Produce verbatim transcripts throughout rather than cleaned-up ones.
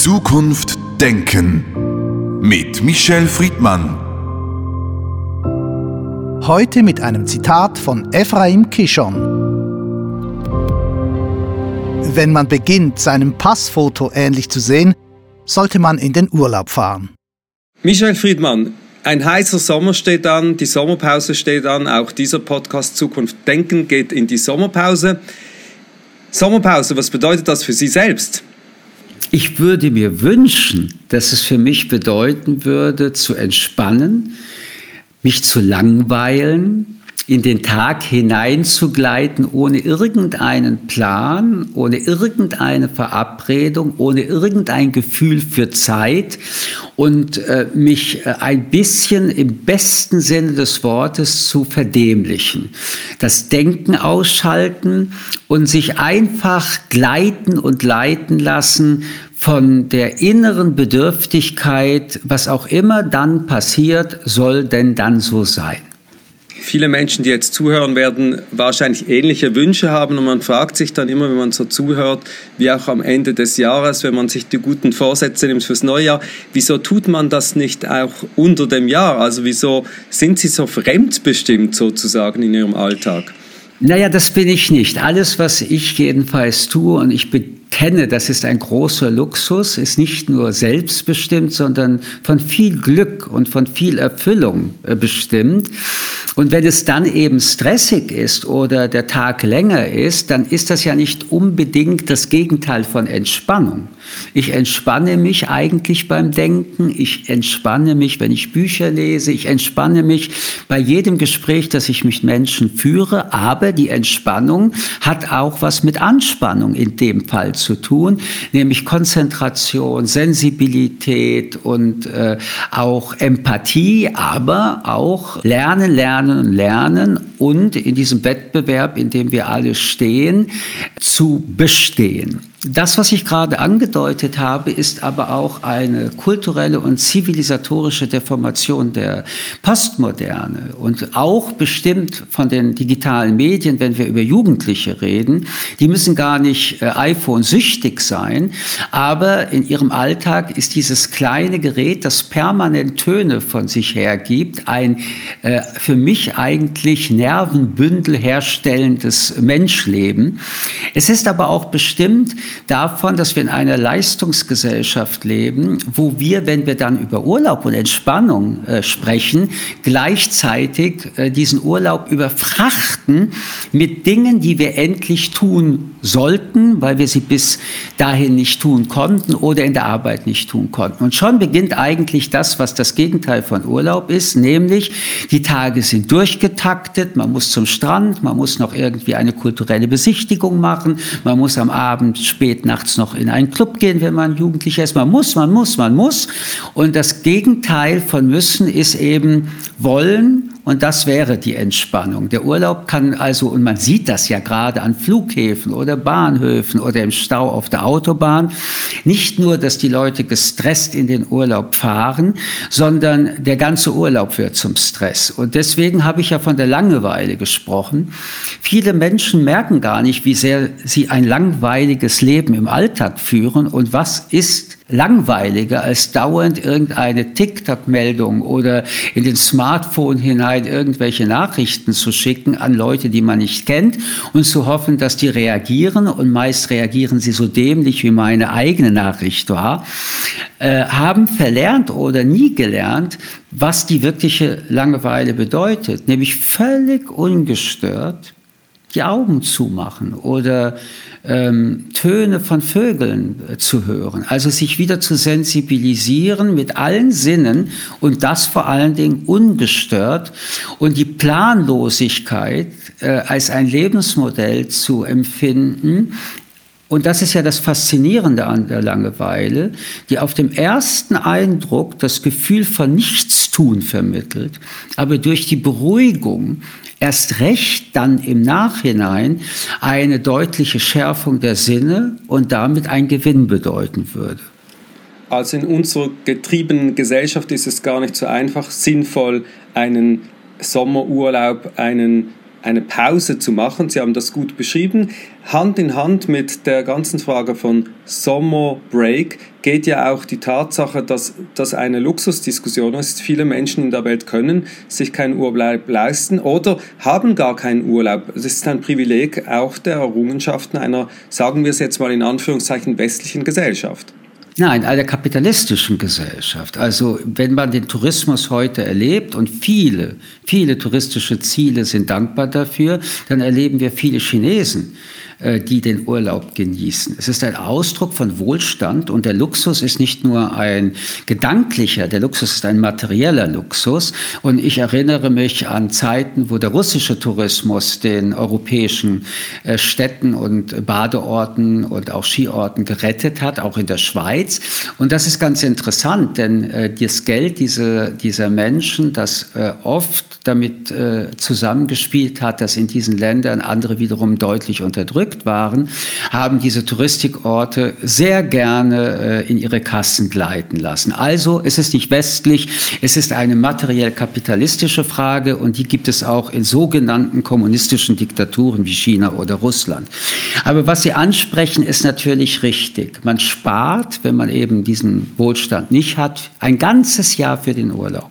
Zukunft denken mit Michel Friedmann. Heute mit einem Zitat von Ephraim Kishon. Wenn man beginnt, seinem Passfoto ähnlich zu sehen, sollte man in den Urlaub fahren. Michel Friedmann, ein heißer Sommer steht an, die Sommerpause steht an, auch dieser Podcast Zukunft denken geht in die Sommerpause. Sommerpause, was bedeutet das für Sie selbst? Ich würde mir wünschen, dass es für mich bedeuten würde, zu entspannen, mich zu langweilen, in den Tag hineinzugleiten, ohne irgendeinen Plan, ohne irgendeine Verabredung, ohne irgendein Gefühl für Zeit und äh, mich äh, ein bisschen im besten Sinne des Wortes zu verdämlichen. Das Denken ausschalten und sich einfach gleiten und leiten lassen von der inneren Bedürftigkeit, was auch immer dann passiert, soll denn dann so sein. Viele Menschen, die jetzt zuhören, werden wahrscheinlich ähnliche Wünsche haben und man fragt sich dann immer, wenn man so zuhört, wie auch am Ende des Jahres, wenn man sich die guten Vorsätze nimmt fürs neue Jahr, wieso tut man das nicht auch unter dem Jahr? Also wieso sind Sie so fremdbestimmt sozusagen in Ihrem Alltag? Naja, das bin ich nicht. Alles, was ich jedenfalls tue, und ich bekenne, das ist ein großer Luxus, ist nicht nur selbstbestimmt, sondern von viel Glück und von viel Erfüllung bestimmt. Und wenn es dann eben stressig ist oder der Tag länger ist, dann ist das ja nicht unbedingt das Gegenteil von Entspannung. Ich entspanne mich eigentlich beim Denken, ich entspanne mich, wenn ich Bücher lese, ich entspanne mich bei jedem Gespräch, das ich mit Menschen führe, aber die Entspannung hat auch was mit Anspannung in dem Fall zu tun, nämlich Konzentration, Sensibilität und äh, auch Empathie, aber auch Lernen, Lernen und Lernen und in diesem Wettbewerb, in dem wir alle stehen, zu bestehen. Das, was ich gerade angedeutet habe, ist aber auch eine kulturelle und zivilisatorische Deformation der Postmoderne und auch bestimmt von den digitalen Medien, wenn wir über Jugendliche reden. Die müssen gar nicht äh, iPhone-süchtig sein, aber in ihrem Alltag ist dieses kleine Gerät, das permanent Töne von sich hergibt, ein äh, für mich eigentlich Nervenbündel herstellendes Menschleben. Es ist aber auch bestimmt davon, dass wir in einer Leistungsgesellschaft leben, wo wir, wenn wir dann über Urlaub und Entspannung äh, sprechen, gleichzeitig äh, diesen Urlaub überfrachten mit Dingen, die wir endlich tun sollten, weil wir sie bis dahin nicht tun konnten oder in der Arbeit nicht tun konnten. Und schon beginnt eigentlich das, was das Gegenteil von Urlaub ist, nämlich die Tage sind durchgetaktet, man muss zum Strand, man muss noch irgendwie eine kulturelle Besichtigung machen, man muss am Abend spät nachts noch in einen Club gehen, wenn man Jugendlicher ist. Man muss, man muss, man muss. Und das Gegenteil von müssen ist eben wollen. Und das wäre die Entspannung. Der Urlaub kann also, und man sieht das ja gerade an Flughäfen oder Bahnhöfen oder im Stau auf der Autobahn, nicht nur, dass die Leute gestresst in den Urlaub fahren, sondern der ganze Urlaub wird zum Stress. Und deswegen habe ich ja von der Langeweile gesprochen. Viele Menschen merken gar nicht, wie sehr sie ein langweiliges Leben im Alltag führen und was ist langweiliger als dauernd irgendeine TikTok-Meldung oder in den Smartphone hinein irgendwelche Nachrichten zu schicken an Leute, die man nicht kennt und zu hoffen, dass die reagieren und meist reagieren sie so dämlich wie meine eigene Nachricht war, äh, haben verlernt oder nie gelernt, was die wirkliche Langeweile bedeutet, nämlich völlig ungestört die Augen zumachen oder ähm, Töne von Vögeln äh, zu hören. Also sich wieder zu sensibilisieren mit allen Sinnen und das vor allen Dingen ungestört und die Planlosigkeit äh, als ein Lebensmodell zu empfinden. Und das ist ja das Faszinierende an der Langeweile, die auf dem ersten Eindruck das Gefühl von Nichtstun vermittelt, aber durch die Beruhigung erst recht dann im Nachhinein eine deutliche Schärfung der Sinne und damit ein Gewinn bedeuten würde. Also in unserer getriebenen Gesellschaft ist es gar nicht so einfach, sinnvoll einen Sommerurlaub, einen eine Pause zu machen. Sie haben das gut beschrieben. Hand in Hand mit der ganzen Frage von Sommerbreak geht ja auch die Tatsache, dass das eine Luxusdiskussion ist. Viele Menschen in der Welt können sich keinen Urlaub leisten oder haben gar keinen Urlaub. Es ist ein Privileg auch der Errungenschaften einer, sagen wir es jetzt mal in Anführungszeichen, westlichen Gesellschaft. Nein, einer kapitalistischen Gesellschaft. Also wenn man den Tourismus heute erlebt und viele, viele touristische Ziele sind dankbar dafür, dann erleben wir viele Chinesen, die den Urlaub genießen. Es ist ein Ausdruck von Wohlstand und der Luxus ist nicht nur ein gedanklicher, der Luxus ist ein materieller Luxus. Und ich erinnere mich an Zeiten, wo der russische Tourismus den europäischen Städten und Badeorten und auch Skiorten gerettet hat, auch in der Schweiz. Und das ist ganz interessant, denn das Geld dieser, dieser Menschen, das oft damit zusammengespielt hat, dass in diesen Ländern andere wiederum deutlich unterdrückt waren, haben diese Touristikorte sehr gerne äh, in ihre Kassen gleiten lassen. Also es ist nicht westlich, es ist eine materiell-kapitalistische Frage und die gibt es auch in sogenannten kommunistischen Diktaturen wie China oder Russland. Aber was Sie ansprechen, ist natürlich richtig. Man spart, wenn man eben diesen Wohlstand nicht hat, ein ganzes Jahr für den Urlaub.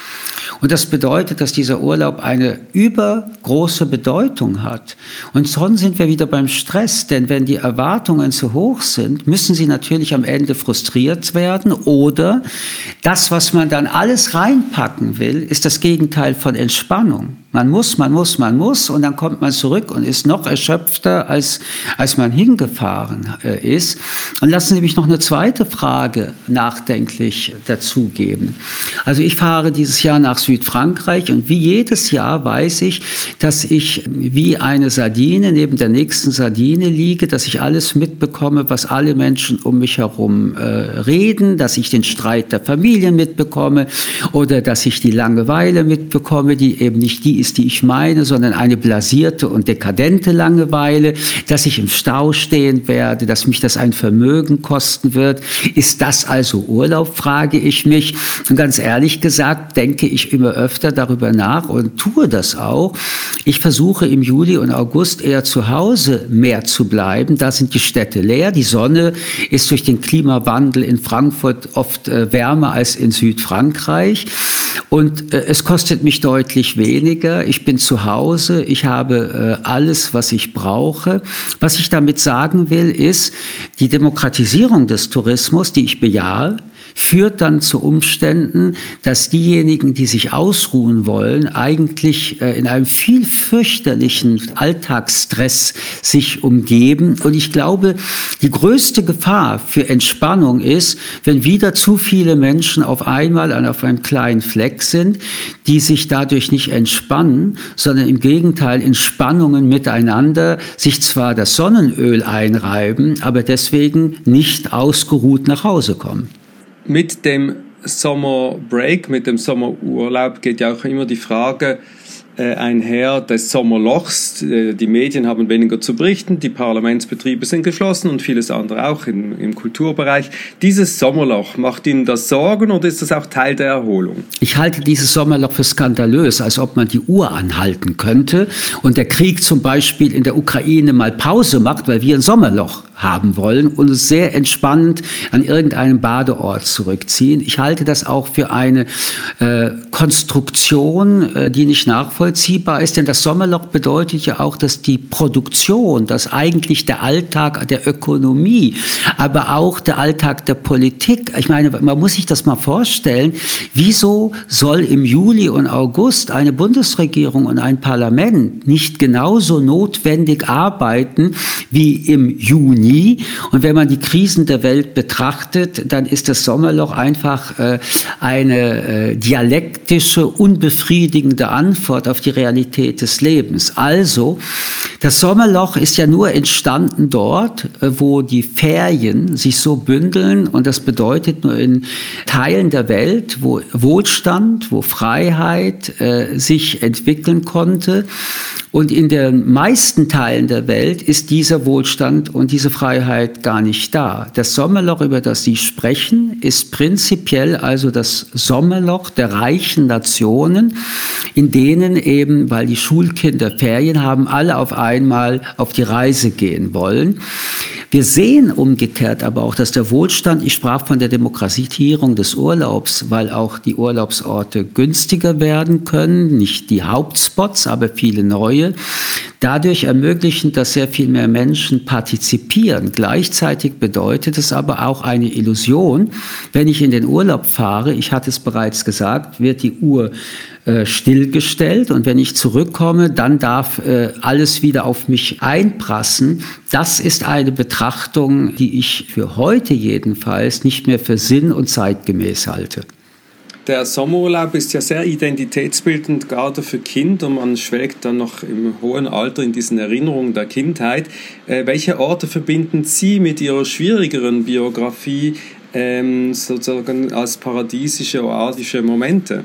Und das bedeutet, dass dieser Urlaub eine übergroße Bedeutung hat. Und schon sind wir wieder beim Stress, denn wenn die Erwartungen zu hoch sind, müssen sie natürlich am Ende frustriert werden oder das, was man dann alles reinpacken will, ist das Gegenteil von Entspannung. Man muss, man muss, man muss und dann kommt man zurück und ist noch erschöpfter, als, als man hingefahren äh, ist. Und lassen Sie mich noch eine zweite Frage nachdenklich dazugeben. Also ich fahre dieses Jahr nach Südfrankreich und wie jedes Jahr weiß ich, dass ich wie eine Sardine neben der nächsten Sardine liege, dass ich alles mitbekomme, was alle Menschen um mich herum äh, reden, dass ich den Streit der Familien mitbekomme oder dass ich die Langeweile mitbekomme, die eben nicht die ist, die ich meine, sondern eine blasierte und dekadente Langeweile, dass ich im Stau stehen werde, dass mich das ein Vermögen kosten wird. Ist das also Urlaub, frage ich mich. Und ganz ehrlich gesagt, denke ich immer öfter darüber nach und tue das auch. Ich versuche im Juli und August eher zu Hause mehr zu bleiben. Da sind die Städte leer. Die Sonne ist durch den Klimawandel in Frankfurt oft äh, wärmer als in Südfrankreich. Und äh, es kostet mich deutlich weniger. Ich bin zu Hause. Ich habe äh, alles, was ich brauche. Was ich damit sagen will, ist, die Demokratisierung des Tourismus, die ich bejahe, führt dann zu Umständen, dass diejenigen, die sich ausruhen wollen, eigentlich äh, in einem viel fürchterlichen Alltagsstress sich umgeben. Und ich glaube, die größte Gefahr für Entspannung ist, wenn wieder zu viele Menschen auf einmal auf einem kleinen Fleck sind, die sich dadurch nicht entspannen, sondern im Gegenteil in Spannungen miteinander sich zwar das Sonnenöl einreiben, aber deswegen nicht ausgeruht nach Hause kommen. Mit dem Sommerbreak, mit dem Sommerurlaub geht ja auch immer die Frage äh, einher des Sommerlochs. Äh, die Medien haben weniger zu berichten, die Parlamentsbetriebe sind geschlossen und vieles andere auch im, im Kulturbereich. Dieses Sommerloch, macht Ihnen das Sorgen oder ist das auch Teil der Erholung? Ich halte dieses Sommerloch für skandalös, als ob man die Uhr anhalten könnte und der Krieg zum Beispiel in der Ukraine mal Pause macht, weil wir ein Sommerloch haben wollen und uns sehr entspannend an irgendeinem Badeort zurückziehen. Ich halte das auch für eine äh, Konstruktion, äh, die nicht nachvollziehbar ist, denn das Sommerloch bedeutet ja auch, dass die Produktion, dass eigentlich der Alltag der Ökonomie, aber auch der Alltag der Politik, ich meine, man muss sich das mal vorstellen, wieso soll im Juli und August eine Bundesregierung und ein Parlament nicht genauso notwendig arbeiten wie im Juni? Und wenn man die Krisen der Welt betrachtet, dann ist das Sommerloch einfach äh, eine äh, dialektische, unbefriedigende Antwort auf die Realität des Lebens. Also, das Sommerloch ist ja nur entstanden dort, äh, wo die Ferien sich so bündeln und das bedeutet nur in Teilen der Welt, wo Wohlstand, wo Freiheit äh, sich entwickeln konnte. Und in den meisten Teilen der Welt ist dieser Wohlstand und diese Freiheit gar nicht da. Das Sommerloch, über das Sie sprechen, ist prinzipiell also das Sommerloch der reichen Nationen, in denen eben, weil die Schulkinder Ferien haben, alle auf einmal auf die Reise gehen wollen. Wir sehen umgekehrt aber auch, dass der Wohlstand, ich sprach von der Demokratisierung des Urlaubs, weil auch die Urlaubsorte günstiger werden können, nicht die Hauptspots, aber viele neue, dadurch ermöglichen, dass sehr viel mehr Menschen partizipieren. Gleichzeitig bedeutet es aber auch eine Illusion, wenn ich in den Urlaub fahre, ich hatte es bereits gesagt, wird die Uhr äh, stillgestellt und wenn ich zurückkomme, dann darf äh, alles wieder auf mich einprassen. Das ist eine Betrachtung, die ich für heute jedenfalls nicht mehr für sinn- und zeitgemäß halte. Der Sommerurlaub ist ja sehr identitätsbildend, gerade für Kinder. Und man schwelgt dann noch im hohen Alter in diesen Erinnerungen der Kindheit. Äh, welche Orte verbinden Sie mit Ihrer schwierigeren Biografie ähm, sozusagen als paradiesische, oasische Momente?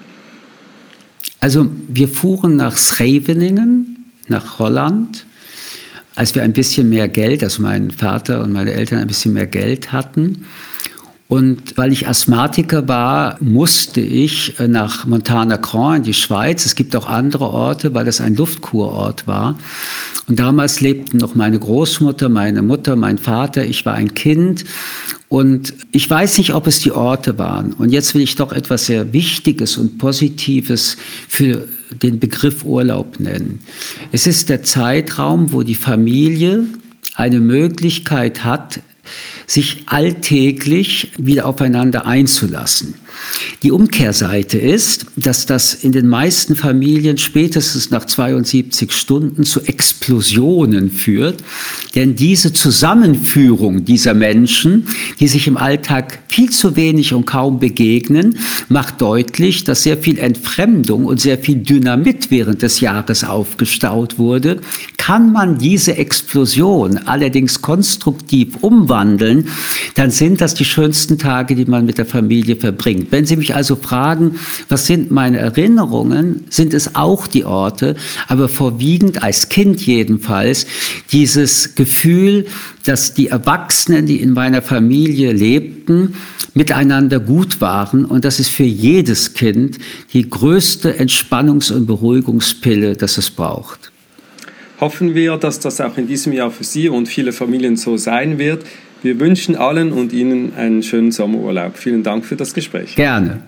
Also wir fuhren nach Scheveningen, nach Holland, als wir ein bisschen mehr Geld, also mein Vater und meine Eltern ein bisschen mehr Geld hatten. Und weil ich Asthmatiker war, musste ich nach Montana-Grand in die Schweiz. Es gibt auch andere Orte, weil das ein Luftkurort war. Und damals lebten noch meine Großmutter, meine Mutter, mein Vater. Ich war ein Kind. Und ich weiß nicht, ob es die Orte waren. Und jetzt will ich doch etwas sehr Wichtiges und Positives für den Begriff Urlaub nennen. Es ist der Zeitraum, wo die Familie eine Möglichkeit hat, sich alltäglich wieder aufeinander einzulassen. Die Umkehrseite ist, dass das in den meisten Familien spätestens nach zweiundsiebzig Stunden zu Explosionen führt. Denn diese Zusammenführung dieser Menschen, die sich im Alltag viel zu wenig und kaum begegnen, macht deutlich, dass sehr viel Entfremdung und sehr viel Dynamit während des Jahres aufgestaut wurde. Kann man diese Explosion allerdings konstruktiv umwandeln, dann sind das die schönsten Tage, die man mit der Familie verbringt. Wenn Sie mich also fragen, was sind meine Erinnerungen, sind es auch die Orte, aber vorwiegend als Kind jedenfalls dieses Gefühl, dass die Erwachsenen, die in meiner Familie lebten, miteinander gut waren. Und das ist für jedes Kind die größte Entspannungs- und Beruhigungspille, das es braucht. Hoffen wir, dass das auch in diesem Jahr für Sie und viele Familien so sein wird. Wir wünschen allen und Ihnen einen schönen Sommerurlaub. Vielen Dank für das Gespräch. Gerne.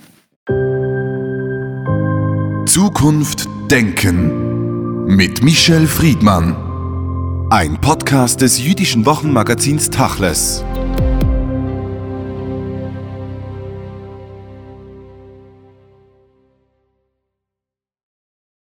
Zukunft denken mit Michel Friedmann. Ein Podcast des jüdischen Wochenmagazins Tachles.